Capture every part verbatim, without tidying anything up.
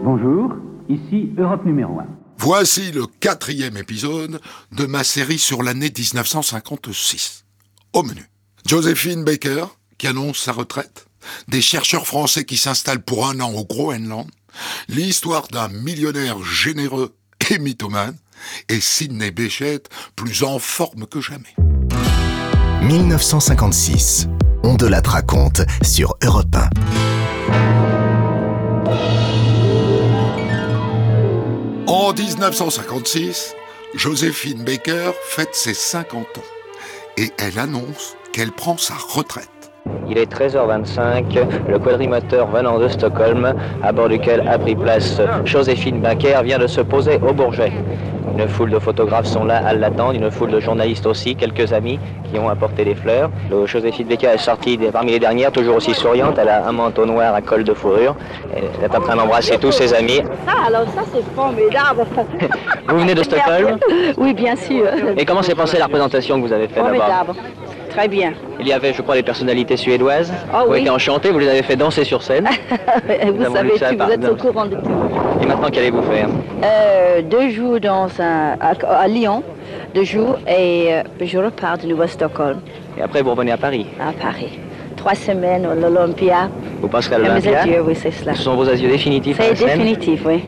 Bonjour, ici Europe numéro un. Voici le quatrième épisode de ma série sur l'année dix-neuf cent cinquante-six. Au menu, Joséphine Baker, qui annonce sa retraite, des chercheurs français qui s'installent pour un an au Groenland, l'histoire d'un millionnaire généreux et mythomane, et Sidney Bechet, plus en forme que jamais. dix-neuf cent cinquante-six, on de la raconte sur Europe un. En dix-neuf cent cinquante-six, Joséphine Baker fête ses cinquante ans et elle annonce qu'elle prend sa retraite. Il est treize heures vingt-cinq, le quadrimoteur venant de Stockholm, à bord duquel a pris place Joséphine Baker, vient de se poser au Bourget. Une foule de photographes sont là à l'attendre, une foule de journalistes aussi, quelques amis qui ont apporté des fleurs. Le Joséphine Baker est sortie parmi les dernières, toujours aussi souriante. Elle a un manteau noir à col de fourrure. Elle est en train d'embrasser tous ses amis. Ça, alors ça, c'est formidable. Vous venez de Stockholm ? Oui, bien sûr. Et comment s'est passée la représentation que vous avez faite là-bas ? Formidable. Très bien. Il y avait, je crois, des personnalités suédoises. Oh, vous oui. étiez enchanté, vous les avez fait danser sur scène. vous Nous avons savez vu ça tout, par- vous êtes au courant de tout. Et maintenant, qu'allez-vous faire ? Euh, deux jours dans un, à, à Lyon, deux jours, et euh, je repars de nouveau à Stockholm, Et après, vous revenez à Paris. à Paris. Trois semaines à l'Olympia. Vous passerez à Et mes l'Olympia. adieux, oui, c'est cela. Ce sont vos adieux définitifs à C'est la scène. définitif, oui.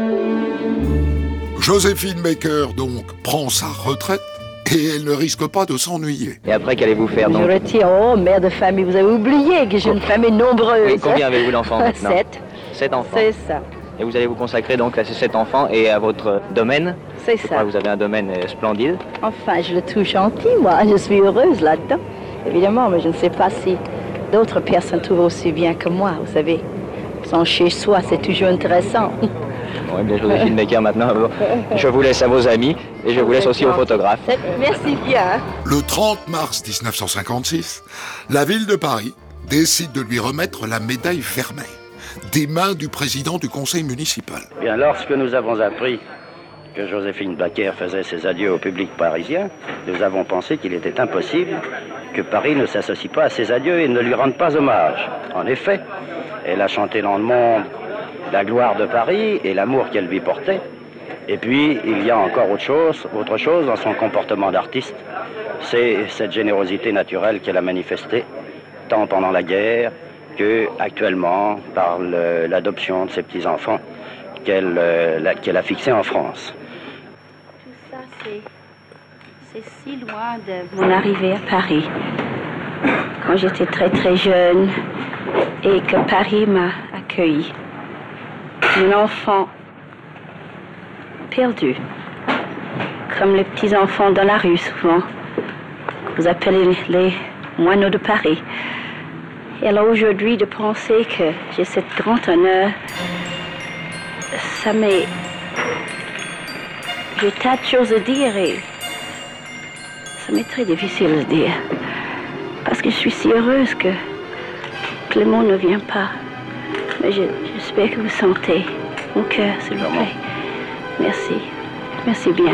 Joséphine Baker, donc, prend sa retraite et elle ne risque pas de s'ennuyer. Et après, qu'allez-vous faire Je donc ? retire, oh, mère de famille, vous avez oublié que j'ai une famille nombreuse. Oui, combien avez-vous d'enfants maintenant ? Sept, Sept enfants. c'est ça, Et vous allez vous consacrer donc à ces sept enfants et à votre domaine. c'est Je crois ça. que vous avez un domaine euh, splendide. Enfin, je le trouve gentil, moi. Je suis heureuse là-dedans. Évidemment, mais je ne sais pas si d'autres personnes trouvent aussi bien que moi, vous savez. Sans chez soi, c'est toujours intéressant. Oui, bien, Joséphine Baker, maintenant, euh, je vous laisse à vos amis et je vous laisse aussi aux photographes. C'est- Merci bien. Le trente mars dix-neuf cent cinquante-six, la ville de Paris décide de lui remettre la médaille Vermeil des mains du président du conseil municipal. Bien, lorsque nous avons appris que Joséphine Baker faisait ses adieux au public parisien, nous avons pensé qu'il était impossible que Paris ne s'associe pas à ses adieux et ne lui rende pas hommage. En effet, elle a chanté dans le monde la gloire de Paris et l'amour qu'elle lui portait. Et puis, il y a encore autre chose, autre chose dans son comportement d'artiste, c'est cette générosité naturelle qu'elle a manifestée, tant pendant la guerre que actuellement par le- l'adoption de ses petits-enfants qu'elle euh, la- qu'elle a fixés en France. Tout ça, c'est, c'est si loin de mon arrivée à Paris. Quand j'étais très très jeune et que Paris m'a accueilli. Un enfant perdu, comme les petits-enfants dans la rue souvent, que vous appelez les moineaux de Paris. Et alors aujourd'hui, de penser que j'ai ce grand honneur, ça m'est... J'ai tas de choses à dire et ça m'est très difficile de dire. Parce que je suis si heureuse que, que le mot ne vient pas. Mais je- j'espère que vous sentez mon cœur, s'il vous plaît. Merci. Merci bien.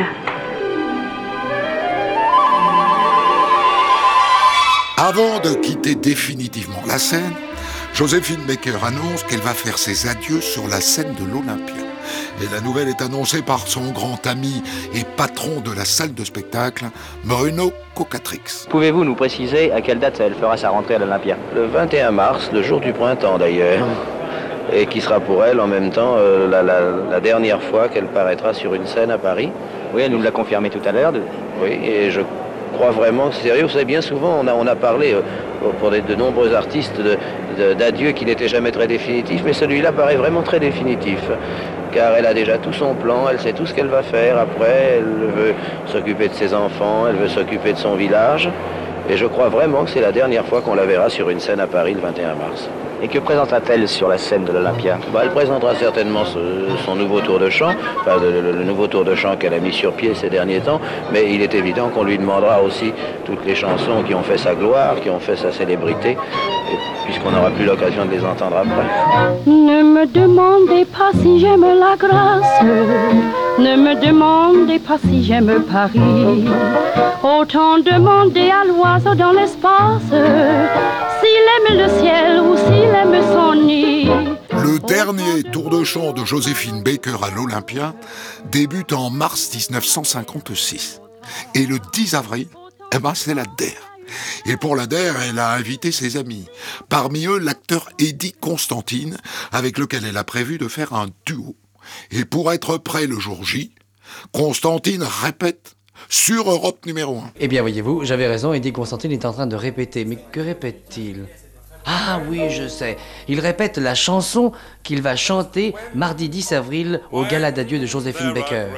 Avant de quitter définitivement la scène, Joséphine Baker annonce qu'elle va faire ses adieux sur la scène de l'Olympia. Et la nouvelle est annoncée par son grand ami et patron de la salle de spectacle, Bruno Cocatrix. Pouvez-vous nous préciser à quelle date elle fera sa rentrée à l'Olympia ? Le vingt et un mars, le jour du printemps d'ailleurs, et qui sera pour elle en même temps euh, la, la- la dernière fois qu'elle paraîtra sur une scène à Paris. Oui, elle nous l'a confirmé tout à l'heure. de- Oui, et je crois vraiment que c'est sérieux. Vous savez, bien souvent, on a, on a parlé euh, pour des- de nombreux artistes de- de- d'adieux qui n'étaient jamais très définitifs, mais celui-là paraît vraiment très définitif, car elle a déjà tout son plan, elle sait tout ce qu'elle va faire après, elle veut s'occuper de ses enfants, elle veut s'occuper de son village, et je crois vraiment que c'est la dernière fois qu'on la verra sur une scène à Paris le vingt et un mars. Et que présentera-t-elle sur la scène de l'Olympia ? Bah, elle présentera certainement ce- son nouveau tour de chant, enfin le, le- le nouveau tour de chant qu'elle a mis sur pied ces derniers temps, mais il est évident qu'on lui demandera aussi toutes les chansons qui ont fait sa gloire, qui ont fait sa célébrité, et puisqu'on n'aura plus l'occasion de les entendre après. Ne me demandez pas si j'aime la Grâce, ne me demandez pas si j'aime Paris. Autant demander à l'oiseau dans l'espace s'il aime le ciel ou s'il aime son nid. Le dernier tour de chant de Joséphine Baker à l'Olympia débute en mars dix-neuf cent cinquante-six. Et le dix avril, eh ben c'est la D E R. Et pour la D E R, elle a invité ses amis. Parmi eux, l'acteur Eddie Constantine, avec lequel elle a prévu de faire un duo. Et pour être prêt le jour J, Constantine répète sur Europe numéro un. Eh bien, voyez-vous, j'avais raison, Eddie Constantine est en train de répéter. Mais que répète-t-il ? Ah oui, je sais. Il répète la chanson qu'il va chanter mardi dix avril au gala d'adieu de Joséphine Baker.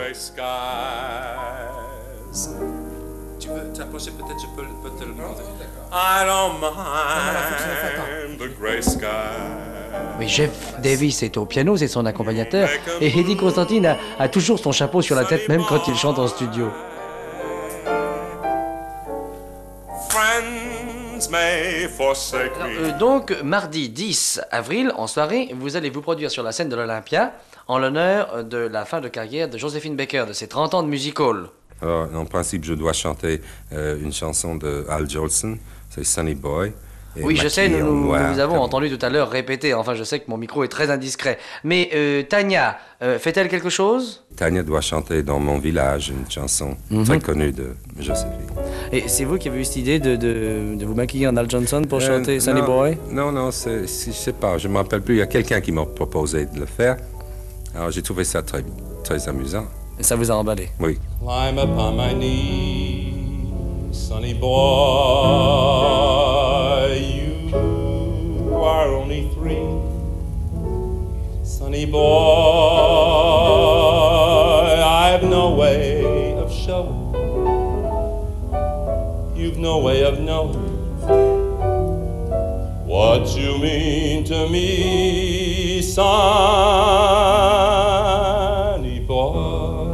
Tu veux t'approcher, peut-être je peux, peux te le demander. I don't mind the grey sky. Oui, Jeff Davis est au piano, c'est son accompagnateur. Et Eddie Constantine a, a toujours son chapeau sur la tête, même quand il chante en studio. Alors, euh, donc, mardi dix avril, en soirée, vous allez vous produire sur la scène de l'Olympia en l'honneur de la fin de carrière de Joséphine Baker, de ses trente ans de music hall. Alors, en principe, je dois chanter euh, une chanson de Al Jolson, c'est Sonny Boy. Oui, je sais, nous, nous, noir, nous avons comme... entendu tout à l'heure répéter. Enfin, je sais que mon micro est très indiscret. Mais euh, Tania, euh, fait-elle quelque chose ? Tania doit chanter dans Mon village, une chanson mm-hmm. très connue de Joséphine. Et c'est vous qui avez eu cette idée de, de, de vous maquiller en Al Jolson pour euh, chanter Sonny non, Boy ? Non, non, c'est, c'est, je sais pas, je ne me rappelle plus. Il y a quelqu'un qui m'a proposé de le faire. Alors, j'ai trouvé ça très, très amusant. Et ça vous a emballé ? Oui. Climb upon my knee, Sonny boy, you are only three. Sonny boy, I've no way of showing. You've no way of knowing what you mean to me, Sonny boy.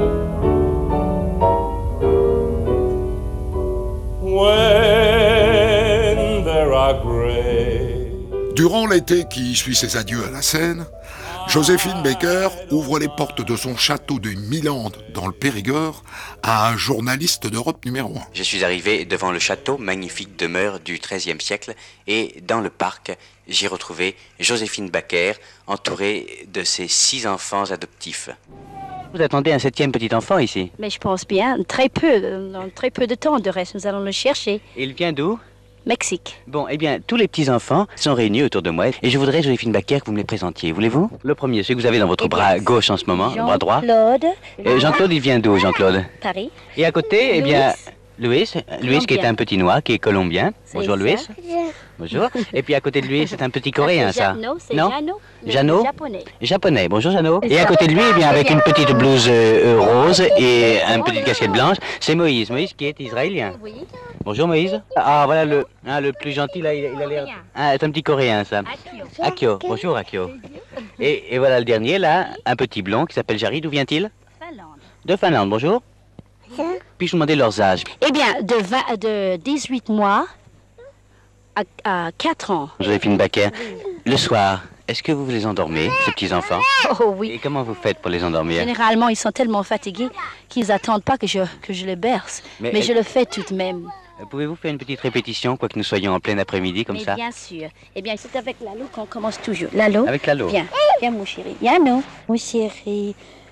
When there are gray. Durant l'été qui suit ses adieux à la scène, Joséphine Baker ouvre les portes de son château de Milande dans le Périgord à un journaliste d'Europe numéro un. Je suis arrivé devant le château, magnifique demeure du treizième siècle, et dans le parc, j'ai retrouvé Joséphine Baker, entourée de ses six enfants adoptifs. Vous attendez un septième petit enfant ici? Mais je pense bien, très peu, dans très peu de temps, de reste, nous allons le chercher. Il vient d'où? Mexique. Bon, eh bien, tous les petits-enfants sont réunis autour de moi et je voudrais, Joséphine Baker, que vous me les présentiez. Voulez-vous? Le premier, celui que vous avez dans votre eh bras gauche en ce moment, le bras droit. Jean-Claude. Euh, Jean-Claude, il vient d'où, Jean-Claude? Paris. Et à côté, eh bien... Louis, Louis qui est un petit noir, qui est colombien. Bonjour Louis. Bonjour. Et puis à côté de lui, c'est un petit coréen, ça. Non, c'est Jeannot. Jeannot. Japonais. Japonais. Bonjour Jeannot. Et à côté de lui, eh bien, avec une petite blouse euh, rose et une petite casquette blanche, c'est Moïse. Moïse qui est israélien. Oui. Bonjour Moïse. Ah voilà le, hein, le plus gentil là, il, il a l'air. Ah, c'est un petit coréen ça. Akio. Akio. Bonjour Akio. Et, et voilà le dernier là, un petit blond qui s'appelle Jarry. D'où vient-il? Finlande. De Finlande. Bonjour. Puis-je vous demander leurs âges? Eh bien, de, vingt, de dix-huit mois à, à quatre ans. Joséphine Baker, le soir, est-ce que vous les endormez, ces petits-enfants? Oh oui. Et comment vous faites pour les endormir? Généralement, ils sont tellement fatigués qu'ils n'attendent pas que je, que je les berce. Mais, Mais elle... je le fais tout de même. Pouvez-vous faire une petite répétition, quoique nous soyons en plein après-midi, comme Mais ça? Bien sûr. Eh bien, c'est avec Lalo qu'on commence toujours. Lalo? Avec Lalo. Viens, viens mon chéri. Viens, non? Mon chéri.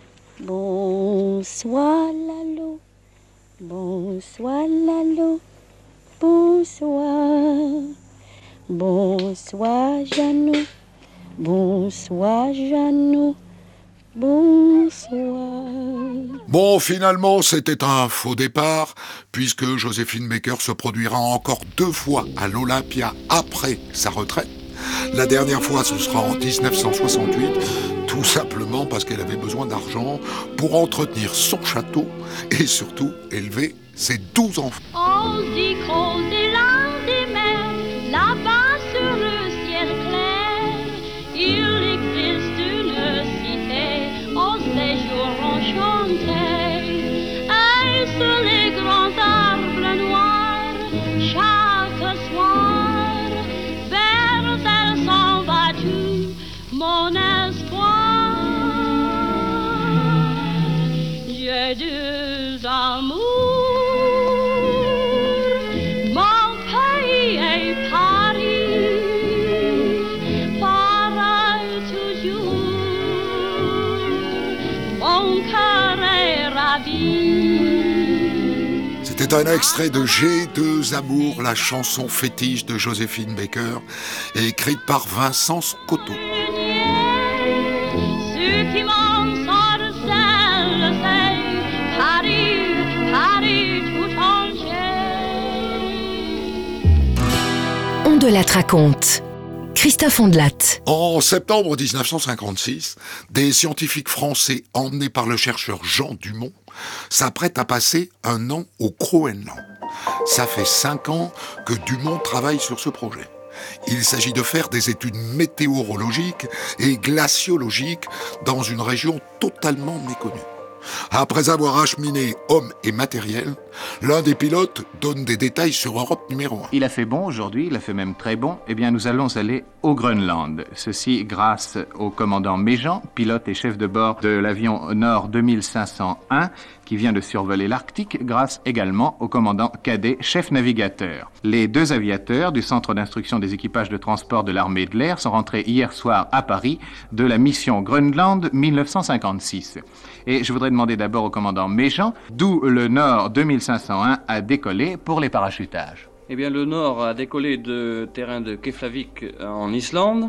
Bonsoir, Lalo. Bonsoir Lalo, bonsoir, bonsoir Jeannot, bonsoir Jeannot, bonsoir. Bon, finalement, c'était un faux départ, puisque Joséphine Baker se produira encore deux fois à l'Olympia après sa retraite. La dernière fois, ce sera en dix-neuf cent soixante-huit, tout simplement parce qu'elle avait besoin d'argent pour entretenir son château et surtout élever ses douze enfants. Osez creuser l'un des mers, là-bas sur le ciel clair, il existe une cité au séjour enchanté. Et sur les grands arbres noirs, chaque soir, vers elle s'en va tout mon espoir. J'ai deux amours. C'est un extrait de J'ai deux amours, la chanson fétiche de Joséphine Baker, écrite par Vincent Scotto. Ce qui manque sans le sel, le sel, Paris, Paris tout entier. On de la raconte. Christophe Ondelat. En septembre dix-neuf cent cinquante-six, des scientifiques français emmenés par le chercheur Jean Dumont s'apprêtent à passer un an au Groenland. Ça fait cinq ans que Dumont travaille sur ce projet. Il s'agit de faire des études météorologiques et glaciologiques dans une région totalement méconnue. Après avoir acheminé hommes et matériel, l'un des pilotes donne des détails sur Europe numéro un. Il a fait bon aujourd'hui, il a fait même très bon. Eh bien, nous allons aller au Groenland. Ceci grâce au commandant Méjean, pilote et chef de bord de l'avion Nord deux mille cinq cent un, qui vient de survoler l'Arctique, grâce également au commandant Cadet, chef navigateur. Les deux aviateurs du Centre d'instruction des équipages de transport de l'armée de l'air sont rentrés hier soir à Paris de la mission Groenland dix-neuf cent cinquante-six. Et je voudrais demander d'abord au commandant Méjean d'où le Nord deux mille cinq cent un a décollé pour les parachutages. Eh bien, le Nord a décollé de terrain de Keflavik en Islande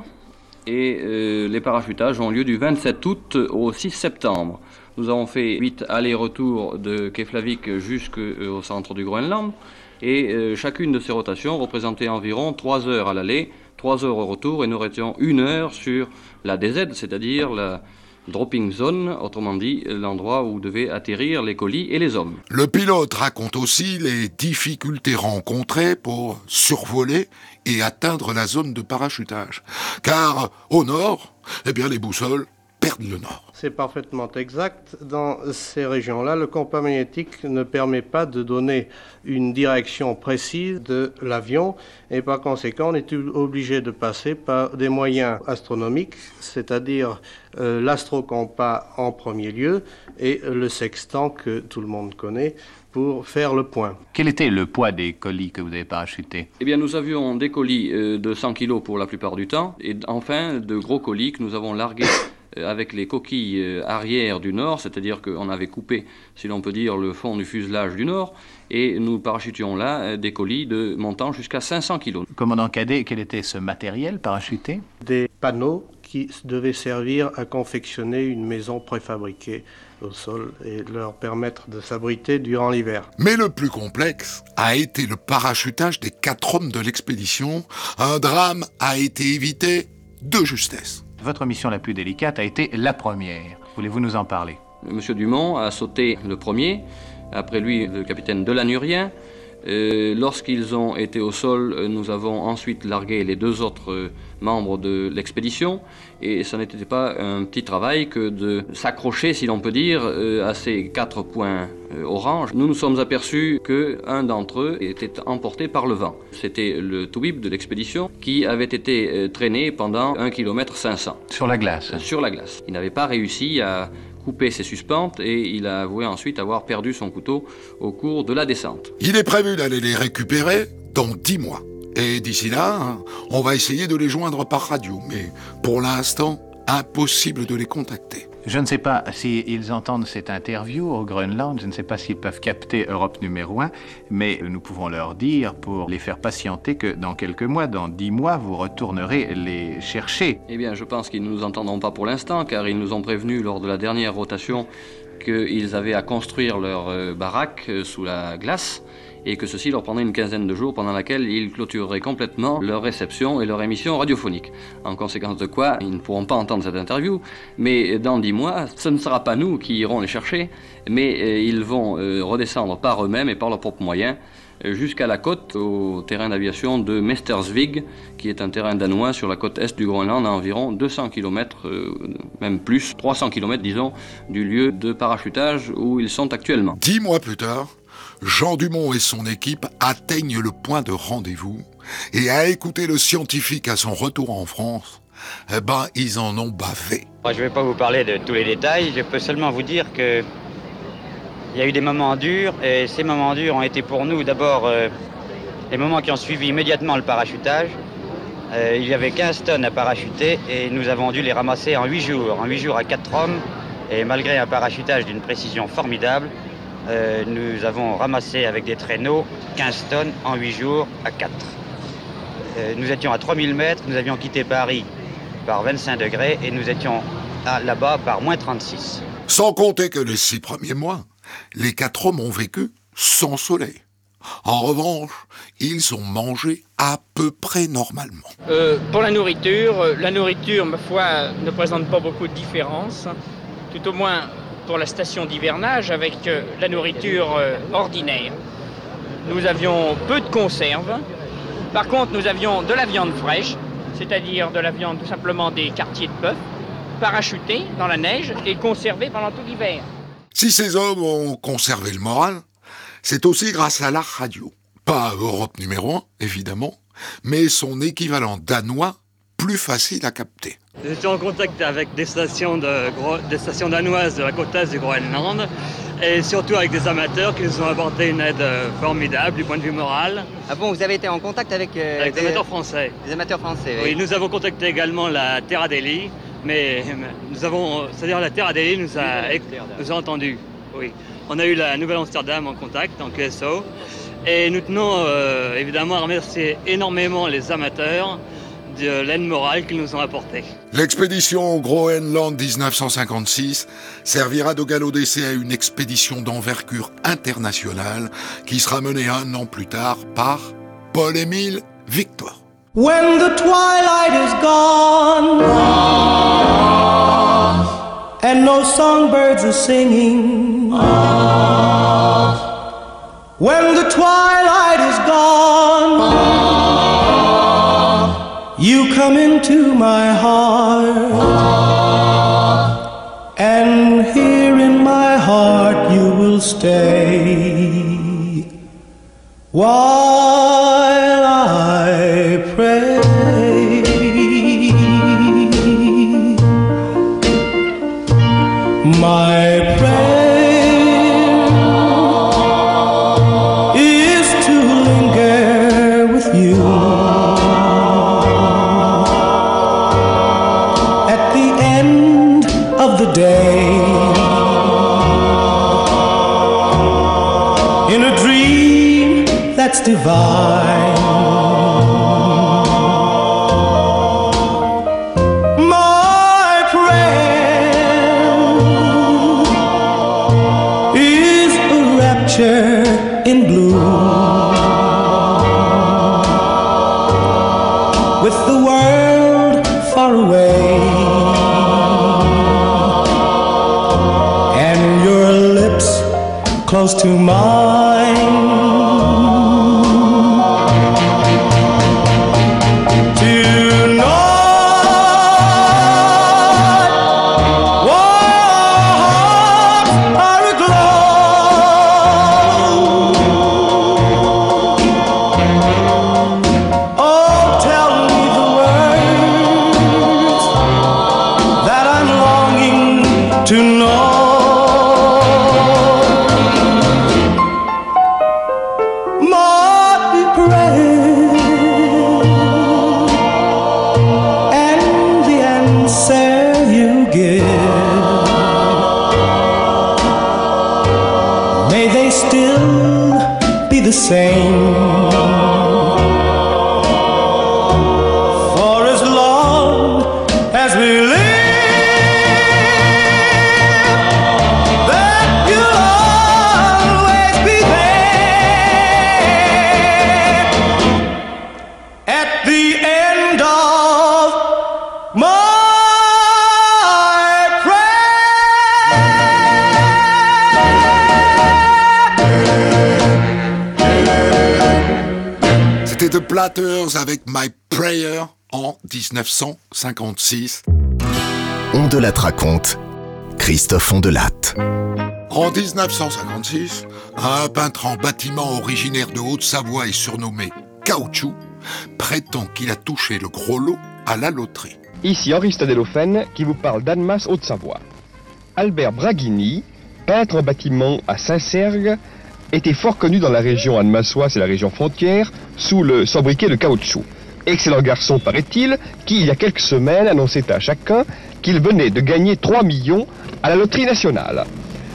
et euh, les parachutages ont lieu du vingt-sept août au six septembre. Nous avons fait huit allers-retours de Keflavik jusqu'au centre du Groenland et euh, chacune de ces rotations représentait environ trois heures à l'aller, trois heures au retour et nous étions une heure sur la D Z, c'est-à-dire la dropping zone, autrement dit l'endroit où devaient atterrir les colis et les hommes. Le pilote raconte aussi les difficultés rencontrées pour survoler et atteindre la zone de parachutage. Car au nord, eh bien les boussoles perdent le nord. C'est parfaitement exact. Dans ces régions-là, le compas magnétique ne permet pas de donner une direction précise de l'avion et par conséquent, on est obligé de passer par des moyens astronomiques, c'est-à-dire euh, l'astrocompas en premier lieu et le sextant que tout le monde connaît pour faire le point. Quel était le poids des colis que vous avez parachutés? Eh bien, nous avions des colis euh, de cent kilos pour la plupart du temps et enfin de gros colis que nous avons largués avec les coquilles arrière du Nord, c'est-à-dire qu'on avait coupé, si l'on peut dire, le fond du fuselage du Nord, et nous parachutions là des colis de montant jusqu'à cinq cents kilos. Commandant Cadet, quel était ce matériel parachuté? Des panneaux qui devaient servir à confectionner une maison préfabriquée au sol et leur permettre de s'abriter durant l'hiver. Mais le plus complexe a été le parachutage des quatre hommes de l'expédition. Un drame a été évité de justesse. Votre mission la plus délicate a été la première. Voulez-vous nous en parler? Monsieur Dumont a sauté le premier, après lui le capitaine Delanurien. Euh, lorsqu'ils ont été au sol, nous avons ensuite largué les deux autres euh, membres de l'expédition et ça n'était pas un petit travail que de s'accrocher, si l'on peut dire, euh, à ces quatre points euh, orange. Nous nous sommes aperçus qu'un d'entre eux était emporté par le vent. C'était le Toubib de l'expédition qui avait été euh, traîné pendant un kilomètre cinq cents. Sur la glace? euh, Sur la glace. Il n'avait pas réussi à couper ses suspentes et il a avoué ensuite avoir perdu son couteau au cours de la descente. Il est prévu d'aller les récupérer dans dix mois. Et d'ici là, on va essayer de les joindre par radio. Mais pour l'instant, impossible de les contacter. Je ne sais pas s'ils entendent cette interview au Groenland, je ne sais pas s'ils peuvent capter Europe numéro un, mais nous pouvons leur dire, pour les faire patienter, que dans quelques mois, dans dix mois, vous retournerez les chercher. Eh bien, je pense qu'ils ne nous entendront pas pour l'instant, car ils nous ont prévenus lors de la dernière rotation qu'ils avaient à construire leur euh, baraque euh, sous la glace, et que ceci leur prendrait une quinzaine de jours pendant laquelle ils clôtureraient complètement leur réception et leur émission radiophonique. En conséquence de quoi, ils ne pourront pas entendre cette interview, mais dans dix mois, ce ne sera pas nous qui irons les chercher, mais euh, ils vont euh, redescendre par eux-mêmes et par leurs propres moyens euh, jusqu'à la côte, au terrain d'aviation de Mestersvig, qui est un terrain danois sur la côte est du Groenland, à environ deux cents kilomètres, euh, même plus, trois cents kilomètres, disons, du lieu de parachutage où ils sont actuellement. Dix mois plus tard, Jean Dumont et son équipe atteignent le point de rendez-vous et à écouter le scientifique à son retour en France, eh ben, ils en ont bavé. Je ne vais pas vous parler de tous les détails, je peux seulement vous dire que il y a eu des moments durs et ces moments durs ont été pour nous d'abord euh, les moments qui ont suivi immédiatement le parachutage. Euh, il y avait quinze tonnes à parachuter et nous avons dû les ramasser en huit jours, en huit jours à quatre hommes et malgré un parachutage d'une précision formidable, euh, nous avons ramassé avec des traîneaux quinze tonnes en huit jours à quatre. Euh, nous étions à trois mille mètres, nous avions quitté Paris par vingt-cinq degrés et nous étions à, là-bas par moins trente-six. Sans compter que les six premiers mois, les quatre hommes ont vécu sans soleil. En revanche, ils ont mangé à peu près normalement. Euh, pour la nourriture, la nourriture, ma foi, ne présente pas beaucoup de différence. Tout au moins pour la station d'hivernage avec euh, la nourriture euh, ordinaire. Nous avions peu de conserves. Par contre, nous avions de la viande fraîche, c'est-à-dire de la viande tout simplement des quartiers de bœuf, parachutée dans la neige et conservée pendant tout l'hiver. Si ces hommes ont conservé le moral, c'est aussi grâce à la radio. Pas Europe numéro un, évidemment, mais son équivalent danois, plus facile à capter. Nous étions en contact avec des stations, de, des stations danoises de la côte est du Groenland et surtout avec des amateurs qui nous ont apporté une aide formidable du point de vue moral. Ah bon, vous avez été en contact avec... Euh, avec des, des amateurs français. Des amateurs français, oui. Oui, nous avons contacté également la Terra Deli, mais nous avons... C'est-à-dire la Terra Deli nous a, nous a entendus, oui. On a eu la Nouvelle-Amsterdam en contact, en Q S O, et nous tenons euh, évidemment à remercier énormément les amateurs de l'aide morale qu'ils nous ont apportée. L'expédition au Groenland dix-neuf cent cinquante-six servira de galop d'essai à une expédition d'envergure internationale qui sera menée un an plus tard par Paul-Émile Victor. When the twilight is gone and no songbirds are singing, when the twilight is gone, you come into my heart, and here in my heart you will stay while I pray. My prayer is to linger with you at the end of the day, in a dream that's divine. In blue, with the world far away, and your lips close to mine. Same for as long as we live, that you'll always be there at the end of my The Platters avec My Prayer en dix-neuf cent cinquante-six. On de la raconte, Christophe Ondelatte. En dix-neuf cent cinquante-six, un peintre en bâtiment originaire de Haute-Savoie et surnommé Caoutchouc prétend qu'il a touché le gros lot à la loterie. Ici Henri Stadelofen qui vous parle d'Annemasse, Haute-Savoie. Albert Braghini, peintre en bâtiment à Saint-Sergue, était fort connu dans la région annemaçoise, c'est la région frontière, sous le sobriquet de Caoutchouc. Excellent garçon, paraît-il, qui, il y a quelques semaines, annonçait à chacun qu'il venait de gagner trois millions à la loterie nationale.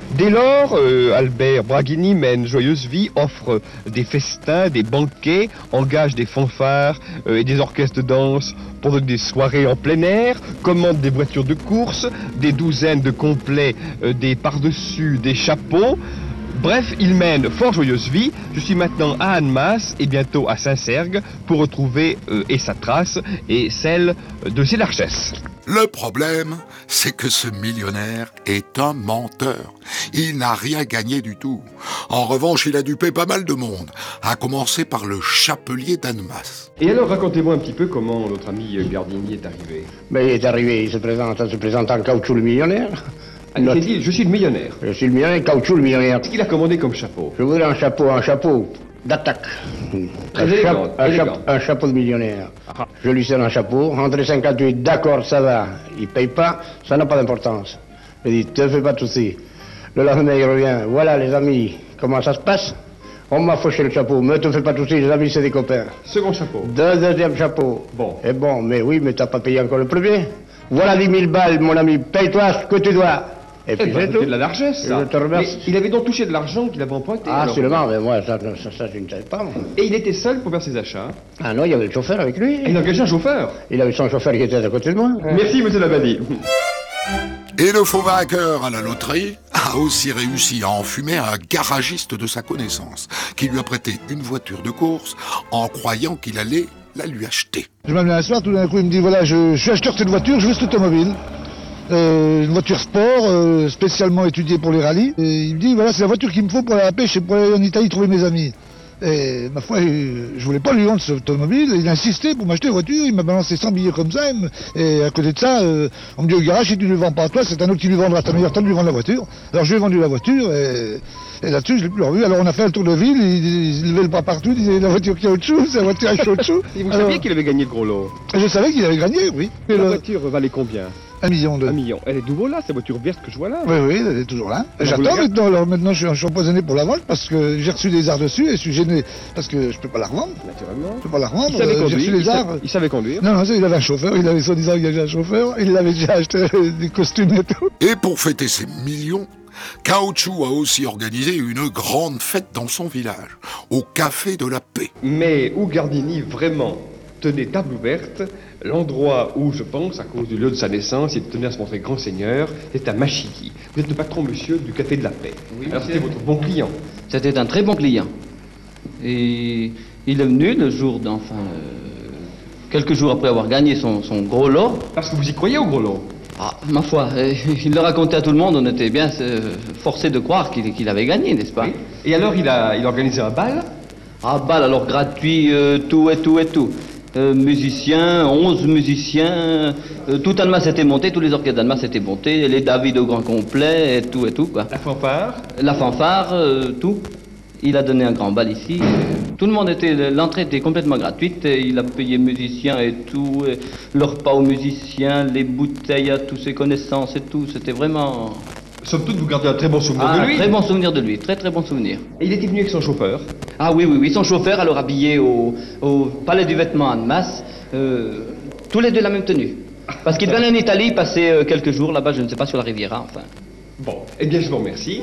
Dès lors, euh, Albert Braghini mène joyeuse vie, offre des festins, des banquets, engage des fanfares euh, et des orchestres de danse pour donner des soirées en plein air, commande des voitures de course, des douzaines de complets, euh, des par-dessus, des chapeaux. Bref, il mène fort joyeuse vie. Je suis maintenant à Annemasse et bientôt à Saint-Sergue pour retrouver euh, et sa trace et celle de ses largesses. Le problème, c'est que ce millionnaire est un menteur. Il n'a rien gagné du tout. En revanche, il a dupé pas mal de monde, à commencer par le chapelier d'Annemasse. Et alors, racontez-moi un petit peu comment notre ami Gardini est arrivé. Ben, il est arrivé, il se présente, se présente en caoutchouc le millionnaire. Ah, il s'est dit, je suis le millionnaire. Je suis le millionnaire, caoutchouc le millionnaire. Qu'est-ce qu'il a commandé comme chapeau? Je voudrais un chapeau, un chapeau d'attaque. Un, élégant, chape, un, élégant. chape, un chapeau de millionnaire. Ah. Je lui sers un chapeau. Entre cinquante-huit, d'accord, ça va. Il paye pas, ça n'a pas d'importance. Je dis, te fais pas de soucis. Le lendemain, il revient. Voilà, les amis, comment ça se passe? On m'a fauché le chapeau, mais te fais pas de soucis, les amis, c'est des copains. Second chapeau. Deux, deuxième chapeau. Bon. Et bon, mais oui, mais t'as pas payé encore le premier. Voilà dix mille balles, mon ami, paye-toi ce que tu dois. Et puis eh ben, c'est tout. de la largesse, ça. Je te remercie. Mais il avait donc touché de l'argent qu'il avait emprunté. Ah, alors, absolument, mais moi, ça, ça, ça, je ne savais pas. Moi. Et il était seul pour faire ses achats? Ah non, il y avait le chauffeur avec lui. Il a engagé un chauffeur? Il avait son chauffeur qui était à côté de moi. Merci, monsieur Labadie. Et le faux vainqueur à la loterie a aussi réussi à enfumer un garagiste de sa connaissance, qui lui a prêté une voiture de course en croyant qu'il allait la lui acheter. Je m'amène un soir, tout d'un coup, il me dit, voilà, je, je suis acheteur de cette voiture, je veux cette automobile. Euh, une voiture sport, euh, spécialement étudiée pour les rallyes. Et il me dit, voilà, c'est la voiture qu'il me faut pour aller à la pêche et pour aller en Italie trouver mes amis. Et ma foi, je voulais pas lui vendre cette automobile, il a insisté pour m'acheter une voiture, il m'a balancé cent billets comme ça, et à côté de ça, euh, on me dit au garage, si tu ne le vends pas à toi, c'est un autre qui lui vendra, t'as meilleur temps de lui vendre la voiture. Alors je lui ai vendu la voiture, et, et là-dessus, je l'ai plus revu. Alors on a fait un tour de ville, il, il levait le bras partout, il disait, la voiture qui a caoutchouc, c'est la voiture à caoutchouc. Et vous Alors, saviez qu'il avait gagné le gros lot? Je savais qu'il avait gagné, oui. Et la le... voiture valait combien? Un million de... Un million. Elle est nouveau là, cette voiture verte que je vois là? Oui, oui, elle est toujours là. Alors, j'attends maintenant, alors maintenant je suis, je suis empoisonné pour la vendre parce que j'ai reçu des arts dessus et je suis gêné parce que je peux pas la revendre. Naturellement. Je peux pas la revendre. Il savait euh, conduire. J'ai reçu les il, arts. sa... il savait conduire. Non, non, ça, il avait un chauffeur, il avait soi-disant engagé un chauffeur, il avait déjà acheté des costumes et tout. Et pour fêter ses millions, Caoutchouc a aussi organisé une grande fête dans son village, au Café de la Paix. Mais où Gardini vraiment tenait table ouverte, l'endroit où, je pense, à cause du lieu de sa naissance, il tenait à se montrer grand seigneur, c'est à Machilly. Vous êtes le patron, monsieur, du Café de la Paix. Oui, alors c'était votre bon client. C'était un très bon client. Et il est venu le jour d'enfin, euh, quelques jours après avoir gagné son, son gros lot. Parce que vous y croyez au gros lot? Ah, ma foi, euh, il le racontait à tout le monde, on était bien euh, forcés de croire qu'il qu'il avait gagné, n'est-ce pas? Oui. Et alors il a, il a organisé un bal? Ah, bal, alors gratuit, euh, tout et tout et tout. Euh, musiciens, onze musiciens, euh, tout Annemasse était monté, tous les orchestres d'Annemasse étaient montés, les David au grand complet, et tout et tout, quoi. La fanfare? La fanfare, euh, tout. Il a donné un grand bal ici. Tout le monde était, l'entrée était complètement gratuite. Et il a payé musiciens et tout, et le repas aux musiciens, les bouteilles à tous ses connaissances et tout. C'était vraiment... Somme toute, vous gardez un très bon souvenir ah, de lui? Un très bon souvenir de lui, très très bon souvenir. Et il était venu avec son chauffeur? Ah oui, oui, oui, son chauffeur, alors habillé au, au Palais du Vêtement à Annemasse, euh, tous les deux la même tenue. Parce qu'il venait en Italie, passer euh, quelques jours là-bas, je ne sais pas, sur la Riviera, enfin. Bon, eh bien je vous remercie.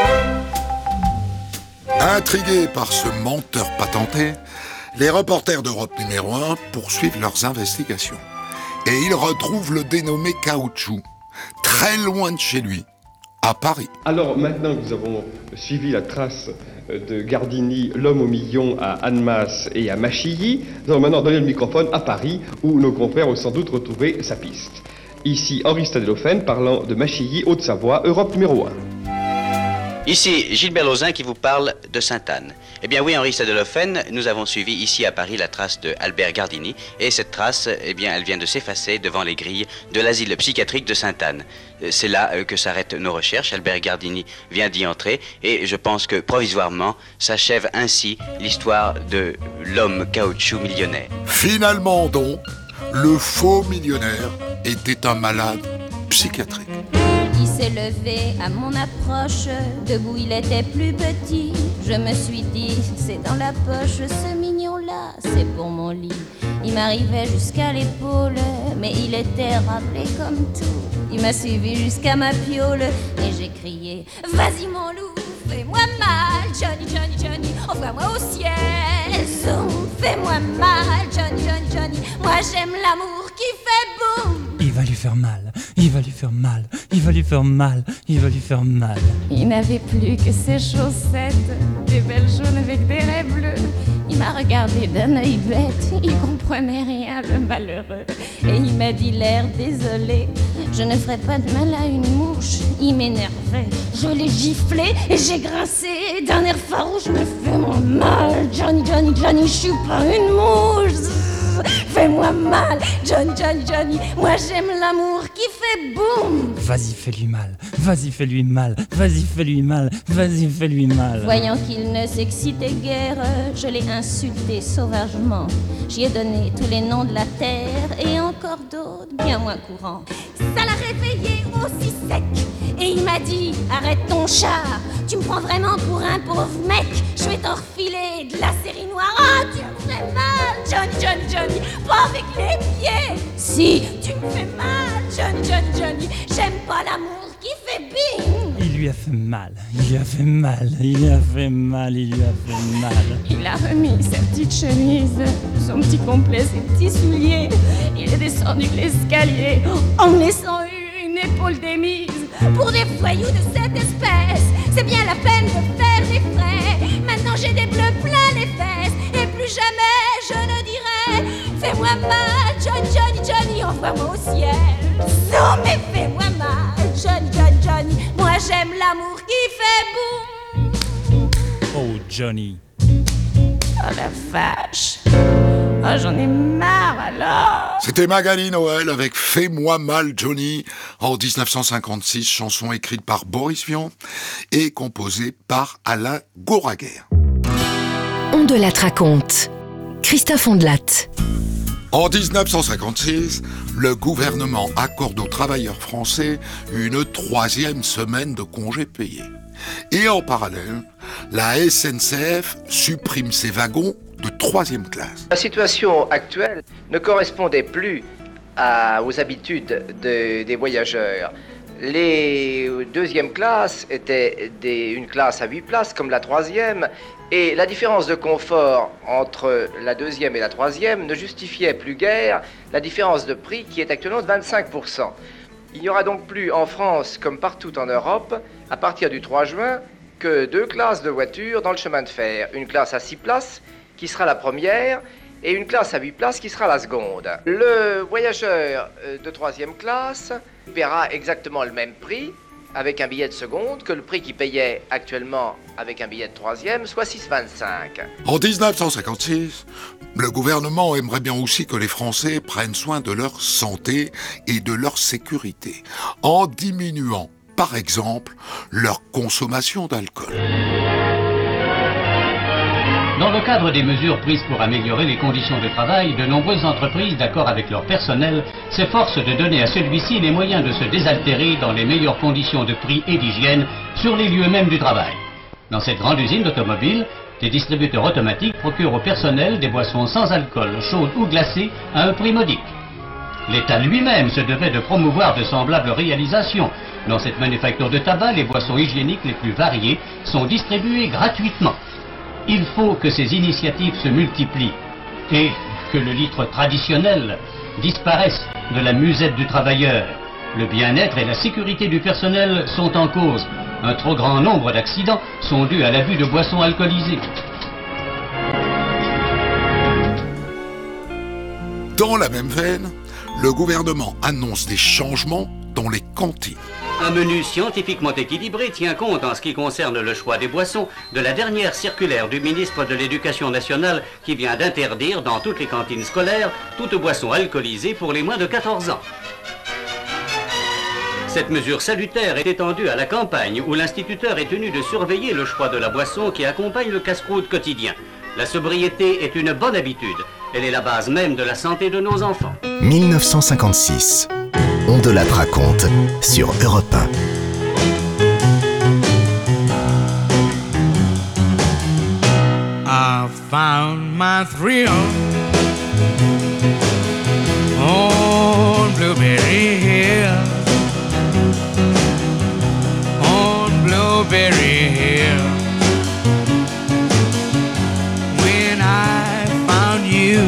Intrigués par ce menteur patenté, les reporters d'Europe numéro un poursuivent leurs investigations. Et ils retrouvent le dénommé Caoutchouc, très loin de chez lui, à Paris. Alors maintenant que nous avons suivi la trace de Gardini, l'homme au million à Annemasse et à Machilly, nous allons maintenant donner le microphone à Paris, où nos confrères ont sans doute retrouvé sa piste. Ici Henri Stadelofen parlant de Machilly, Haute-Savoie, Europe numéro un. Ici Gilbert Lauzin qui vous parle de Sainte-Anne. Eh bien oui, Henri Stadelofen, nous avons suivi ici à Paris la trace de Albert Gardini, et cette trace, eh bien, elle vient de s'effacer devant les grilles de l'asile psychiatrique de Sainte-Anne. C'est là que s'arrêtent nos recherches. Albert Gardini vient d'y entrer, et je pense que provisoirement s'achève ainsi l'histoire de l'homme caoutchouc millionnaire. Finalement donc, le faux millionnaire était un malade psychiatrique. Il s'est levé à mon approche, debout il était plus petit. Je me suis dit, c'est dans la poche ce mignon-là. c'est pour mon lit. Il m'arrivait jusqu'à l'épaule, mais il était rappelé comme tout. Il m'a suivi jusqu'à ma piole et j'ai crié: vas-y mon loup, fais-moi mal, Johnny, Johnny, Johnny, envoie-moi au ciel. Zoom, fais-moi mal, Johnny, Johnny, Johnny, moi j'aime l'amour qui fait boum. Il va lui faire mal, il va lui faire mal, il va lui faire mal, il va lui faire mal. Il n'avait plus que ses chaussettes, des belles jaunes avec des raies bleues. Il m'a regardé d'un œil bête, il comprenait rien, le malheureux. Et il m'a dit l'air désolé: je ne ferai pas de mal à une mouche. Il m'énervait, je l'ai giflé et j'ai grincé d'un air farouche: me fais-moi mal, Johnny, Johnny, Johnny, je suis pas une mouche. Fais-moi mal, Johnny, Johnny, Johnny, moi j'aime l'amour qui fait boum. Vas-y, fais-lui mal, vas-y, fais-lui mal, vas-y, fais-lui mal, vas-y, fais-lui mal. Voyant qu'il ne s'excitait guère, je l'ai insulté sauvagement. J'y ai donné tous les noms de la terre et encore d'autres bien moins courants. Ça l'a réveillé aussi sec et il m'a dit: arrête ton char, tu me prends vraiment pour un pauvre mec. Je vais t'en refiler de la série noire. Ah, tu me fais mal, Johnny, Johnny, Johnny, pas avec les pieds. Si, tu me fais mal, Johnny, Johnny, Johnny, j'aime pas l'amour qui fait bing. Il lui a fait mal, il lui a fait mal, il lui a fait mal, il lui a fait mal. Il a remis sa petite chemise, son petit complet, ses petits souliers. Il est descendu l'escalier en me laissant une épaule démise. Pour des voyous de cette espèce, c'est bien la peine de faire des frais. Maintenant j'ai des bleus plein les fesses et plus jamais je ne dirai: fais-moi mal, Johnny, Johnny, Johnny, envoie-moi au ciel. Non mais fais-moi mal, Johnny, Johnny, Johnny, moi j'aime l'amour qui fait boum. Oh Johnny. Oh la vache. Oh, j'en ai marre alors. C'était Magali Noël avec Fais-moi mal Johnny en dix-neuf cent cinquante-six, chanson écrite par Boris Vian et composée par Alain Goraguer. On de la raconte. Christophe Ondelat. En dix-neuf cent cinquante-six, le gouvernement accorde aux travailleurs français une troisième semaine de congés payés. Et en parallèle, la S N C F supprime ses wagons de troisième classe. La situation actuelle ne correspondait plus à, aux habitudes de, des voyageurs. Les deuxièmes classes étaient des, une classe à huit places comme la troisième, et la différence de confort entre la deuxième et la troisième ne justifiait plus guère la différence de prix qui est actuellement de vingt-cinq pour cent. Il n'y aura donc plus en France, comme partout en Europe, à partir du trois juin, que deux classes de voitures dans le chemin de fer. Une classe à six places, qui sera la première, et une classe à huit places qui sera la seconde. Le voyageur de troisième classe paiera exactement le même prix avec un billet de seconde que le prix qu'il payait actuellement avec un billet de troisième, soit six vingt-cinq. En dix-neuf cent cinquante-six, le gouvernement aimerait bien aussi que les Français prennent soin de leur santé et de leur sécurité, en diminuant, par exemple, leur consommation d'alcool. Dans le cadre des mesures prises pour améliorer les conditions de travail, de nombreuses entreprises, d'accord avec leur personnel, s'efforcent de donner à celui-ci les moyens de se désaltérer dans les meilleures conditions de prix et d'hygiène sur les lieux mêmes du travail. Dans cette grande usine d'automobile, des distributeurs automatiques procurent au personnel des boissons sans alcool, chaudes ou glacées, à un prix modique. L'État lui-même se devait de promouvoir de semblables réalisations. Dans cette manufacture de tabac, les boissons hygiéniques les plus variées sont distribuées gratuitement. Il faut que ces initiatives se multiplient et que le litre traditionnel disparaisse de la musette du travailleur. Le bien-être et la sécurité du personnel sont en cause. Un trop grand nombre d'accidents sont dus à l'abus de boissons alcoolisées. Dans la même veine, le gouvernement annonce des changements dans les cantines. Un menu scientifiquement équilibré tient compte en ce qui concerne le choix des boissons de la dernière circulaire du ministre de l'Éducation nationale qui vient d'interdire dans toutes les cantines scolaires toute boisson alcoolisée pour les moins de quatorze ans. Cette mesure salutaire est étendue à la campagne où l'instituteur est tenu de surveiller le choix de la boisson qui accompagne le casse-croûte quotidien. La sobriété est une bonne habitude. Elle est la base même de la santé de nos enfants. dix-neuf cent cinquante-six. On de la raconte sur Europe un. À I found my thrill on Blueberry Hill, on Blueberry Hill. When I found you,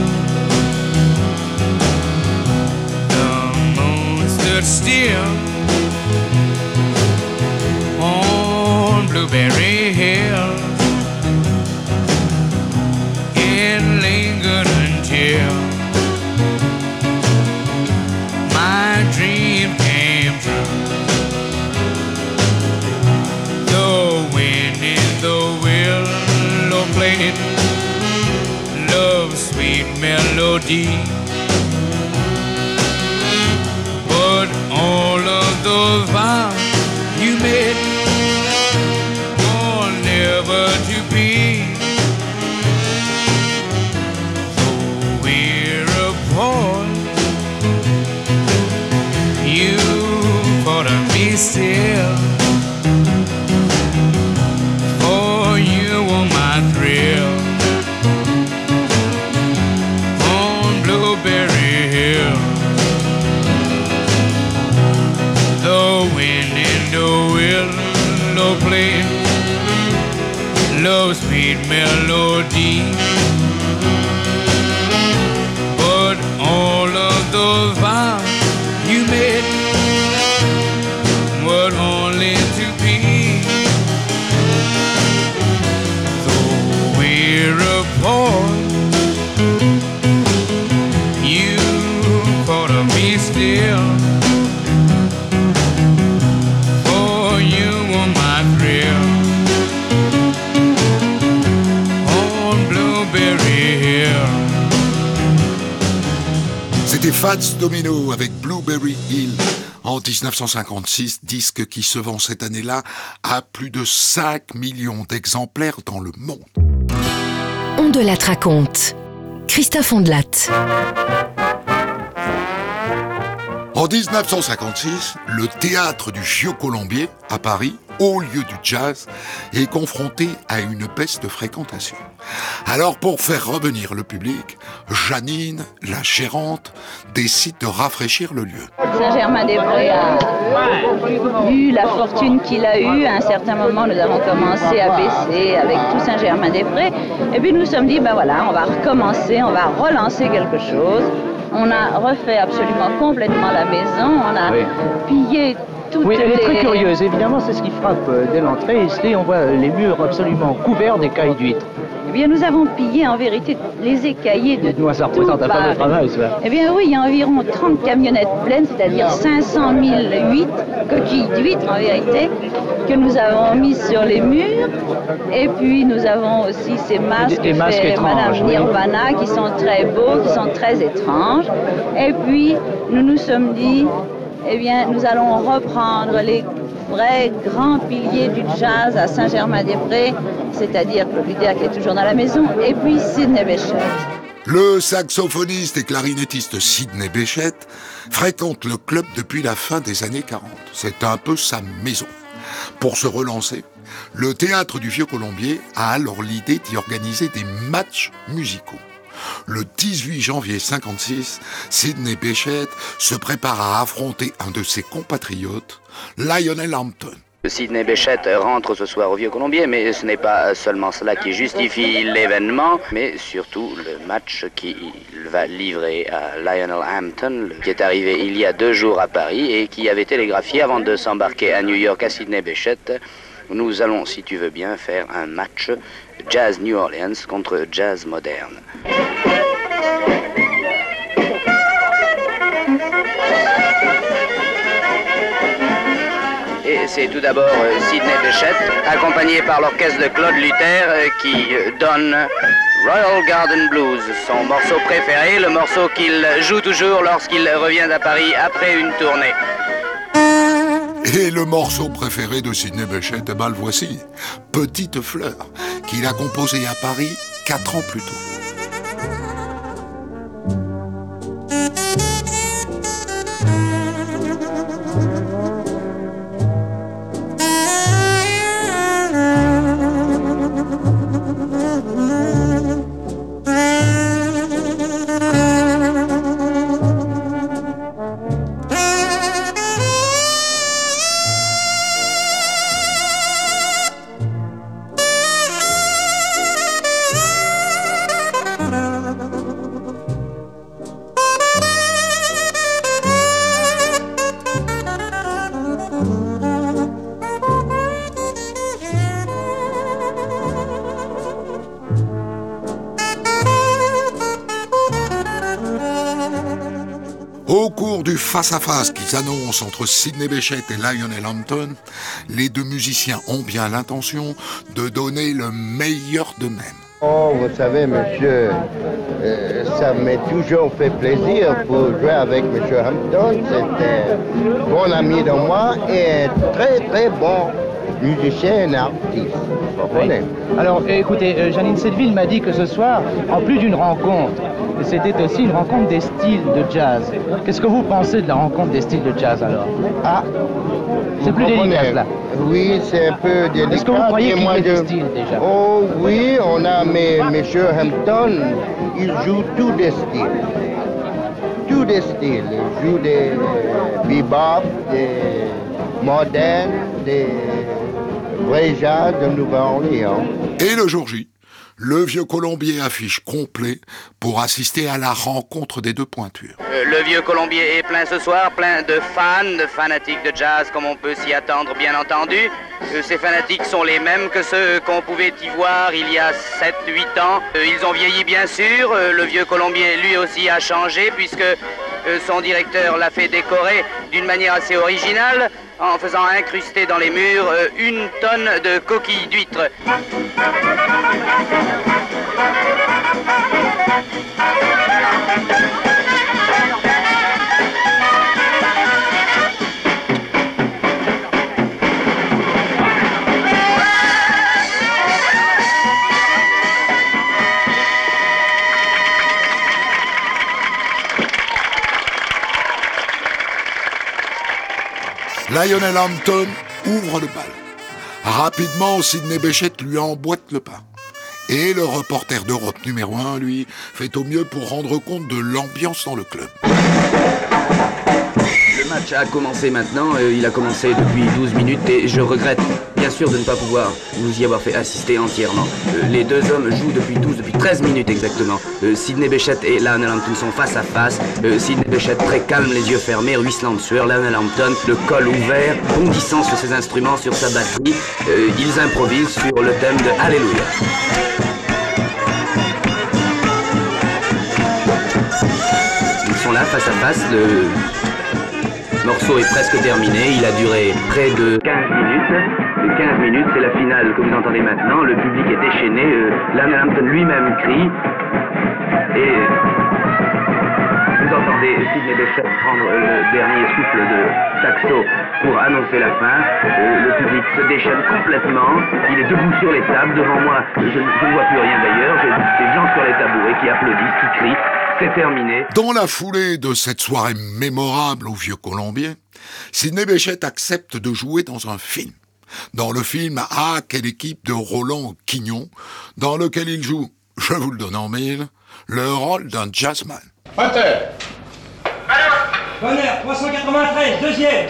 the moon stood still on Blueberry Hill and lingered until my dream came true. The wind in the willow played love's sweet melody, but all of those vows you made were never to be. So we're apart, you thought of me still, for you were my thrill on Blueberry Hill. The wind in the willow played love's sweet melody, but all of those vows you made were only to be. So we're apart, you thought of me still, for you were my thrill on Blueberry Hill. C'était Fats Domino avec Blueberry Hill en dix-neuf cent cinquante-six, disque qui se vend cette année-là à plus de cinq millions d'exemplaires dans le monde. On de la raconte. Christophe Ondelat. En dix-neuf cent cinquante-six, le théâtre du Vieux-Colombier, à Paris, haut lieu du jazz, est confronté à une baisse de fréquentation. Alors, pour faire revenir le public, Janine, la gérante, décide de rafraîchir le lieu. Saint-Germain-des-Prés a eu la fortune qu'il a eue. À un certain moment, nous avons commencé à baisser avec tout Saint-Germain-des-Prés. Et puis nous nous sommes dit, ben voilà, on va recommencer, on va relancer quelque chose. On a refait absolument complètement la maison, on a oui. pillé toutes oui, elle les... est très curieuse, évidemment, c'est ce qui frappe dès l'entrée. Ici, on voit les murs absolument couverts d'écailles d'huîtres. Eh bien, nous avons pillé en vérité les écaillés de Moi, ça représente un fameux travail, ça. Eh bien, oui, il y a environ trente camionnettes pleines, c'est-à-dire cinq cent mille huîtres, coquilles d'huîtres en vérité, que nous avons mises sur les murs. Et puis, nous avons aussi ces masques, des, des masques fait étranges, Madame Nirvana, oui. qui sont très beaux, qui sont très étranges. Et puis, nous nous sommes dit, eh bien, nous allons reprendre les vrais grands piliers du jazz à Saint-Germain-des-Prés, c'est-à-dire Claude Luder qui est toujours dans la maison, et puis Sidney Bechet. Le saxophoniste et clarinettiste Sidney Bechet fréquente le club depuis la fin des années quarante. C'est un peu sa maison. Pour se relancer, le théâtre du Vieux-Colombier a alors l'idée d'y organiser des matchs musicaux. Le dix-huit janvier cinquante-six, Sidney Bechet se prépare à affronter un de ses compatriotes, Lionel Hampton. Sidney Bechet rentre ce soir au Vieux-Colombier, mais ce n'est pas seulement cela qui justifie l'événement, mais surtout le match qu'il va livrer à Lionel Hampton, qui est arrivé il y a deux jours à Paris et qui avait télégraphié avant de s'embarquer à New York à Sidney Bechet. Nous allons, si tu veux bien, faire un match Jazz New Orleans contre Jazz moderne. Et c'est tout d'abord Sidney Bechet, accompagné par l'orchestre de Claude Luter, qui donne Royal Garden Blues, son morceau préféré, le morceau qu'il joue toujours lorsqu'il revient à Paris après une tournée. Et le morceau préféré de Sidney Bechet, eh ben le voici, Petite Fleur, qu'il a composé à Paris quatre ans plus tôt. Thank you. Au cours du face-à-face qu'ils annoncent entre Sidney Bechet et Lionel Hampton, les deux musiciens ont bien l'intention de donner le meilleur d'eux-mêmes. Oh, vous savez, monsieur, euh, ça m'a toujours fait plaisir pour jouer avec monsieur Hampton. C'était un bon ami de moi et un très très bon musicien et artiste. Vous comprenez? Alors, écoutez, euh, Janine Setteville m'a dit que ce soir, en plus d'une rencontre, c'était aussi une rencontre des styles de jazz. Qu'est-ce que vous pensez de la rencontre des styles de jazz, alors? Ah, c'est plus délicat, là. Oui, c'est un peu délicat. Est-ce que vous croyez qu'il y a de... des styles, déjà? Oh oui, on a mais monsieur Hampton, il joue tous des styles. Tous des styles. Il joue des bebop, des modernes, des vrais jazz de Nouvelle-Orléans. Et le jour J, le Vieux Colombier affiche complet pour assister à la rencontre des deux pointures. Euh, le Vieux Colombier est plein ce soir, plein de fans, de fanatiques de jazz comme on peut s'y attendre bien entendu. Euh, ces fanatiques sont les mêmes que ceux qu'on pouvait y voir il y a sept huit ans. Euh, ils ont vieilli bien sûr, euh, le Vieux Colombier lui aussi a changé puisque euh, son directeur l'a fait décorer d'une manière assez originale en faisant incruster dans les murs euh, une tonne de coquilles d'huîtres. Lionel Hampton ouvre le bal. Rapidement, Sidney Bechet lui emboîte le pas. Et le reporter d'Europe numéro un, lui, fait au mieux pour rendre compte de l'ambiance dans le club. Le match a commencé maintenant, euh, il a commencé depuis douze minutes et je regrette bien sûr de ne pas pouvoir vous y avoir fait assister entièrement. Euh, les deux hommes jouent depuis douze, depuis treize minutes exactement. Euh, Sidney Bechet et Lionel Hampton sont face à face. Euh, Sidney Bechet très calme, les yeux fermés, ruisselant de sueur. Lionel Hampton, le col ouvert, bondissant sur ses instruments, sur sa batterie. Euh, ils improvisent sur le thème de Alléluia. Ils sont là face à face. Le Le morceau est presque terminé, il a duré près de quinze minutes. quinze minutes, c'est la finale que vous entendez maintenant. Le public est déchaîné, euh, Lionel Hampton lui-même crie. Et vous entendez Sidney Bechet prendre le dernier souffle de saxo pour annoncer la fin. Euh, le public se déchaîne complètement. Il est debout sur les tables. Devant moi, je, je ne vois plus rien d'ailleurs. J'ai des gens sur les tabourets qui applaudissent, qui crient. C'est terminé. Dans la foulée de cette soirée mémorable au Vieux Colombier, Sidney Bechet accepte de jouer dans un film. Dans le film « Ah, quelle équipe » de Roland Quignon, dans lequel il joue, je vous le donne en mille, le rôle d'un jazzman. Pointeur. Bonheur, trois cent quatre-vingt-treize, deuxième.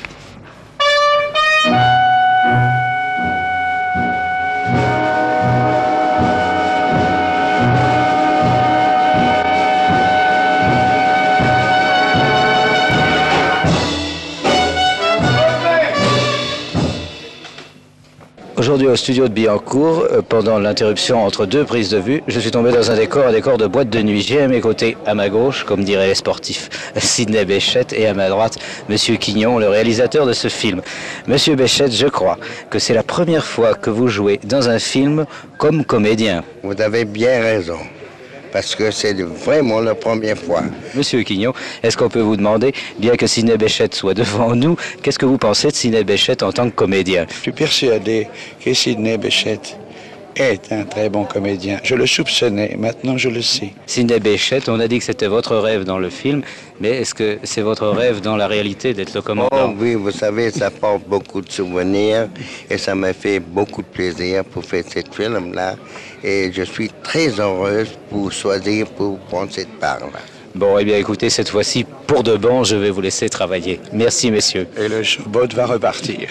Aujourd'hui au studio de Billancourt, euh, pendant l'interruption entre deux prises de vue, je suis tombé dans un décor, un décor de boîte de nuit. J'ai à mes côtés, à ma gauche, comme diraient les sportifs, Sidney Bechet, et à ma droite, Monsieur Quignon, le réalisateur de ce film. Monsieur Bechet, je crois que c'est la première fois que vous jouez dans un film comme comédien. Vous avez bien raison, parce que c'est vraiment la première fois. Monsieur Quignon, est-ce qu'on peut vous demander, bien que Sidney Bechet soit devant nous, qu'est-ce que vous pensez de Sidney Bechet en tant que comédien? Je suis persuadé que Sidney Bechet est un très bon comédien. Je le soupçonnais, maintenant je le sais. Sidney Bechet, on a dit que c'était votre rêve dans le film, mais est-ce que c'est votre rêve dans la réalité d'être le commandant? Oh oui, vous savez, ça porte beaucoup de souvenirs et ça m'a fait beaucoup de plaisir pour faire ce film-là. Et je suis très heureuse pour choisir pour prendre cette part-là. Bon, eh bien écoutez, cette fois-ci, pour de bon, je vais vous laisser travailler. Merci, messieurs. Et le showboat va repartir.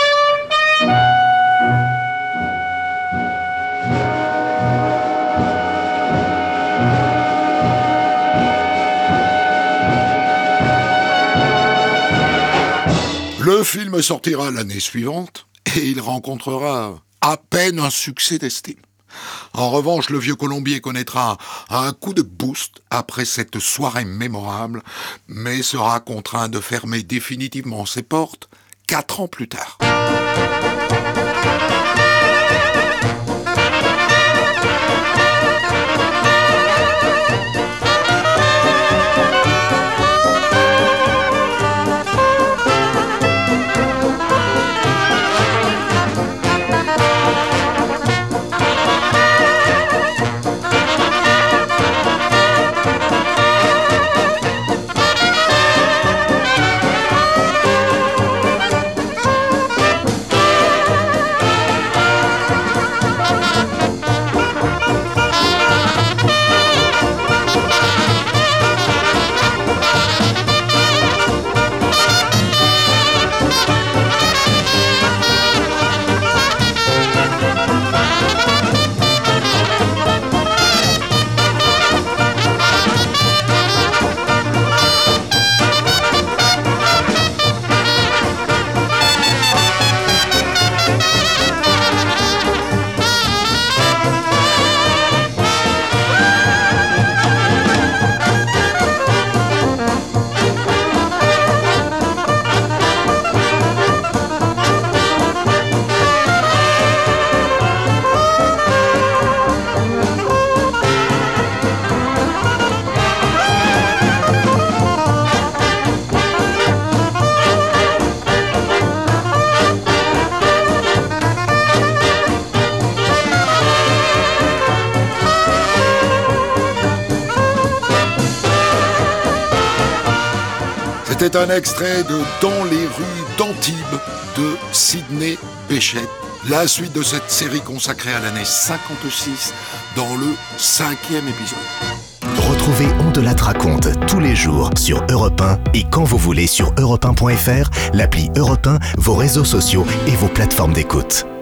Le film sortira l'année suivante et il rencontrera à peine un succès d'estime. En revanche, le vieux Colombier connaîtra un coup de boost après cette soirée mémorable, mais sera contraint de fermer définitivement ses portes quatre ans plus tard. C'était un extrait de Dans les rues d'Antibes de Sidney Bechet. La suite de cette série consacrée à l'année cinquante-six dans le cinquième épisode. Retrouvez On de la raconte tous les jours sur Europe un et quand vous voulez sur europe un point f r, l'appli Europe un, vos réseaux sociaux et vos plateformes d'écoute.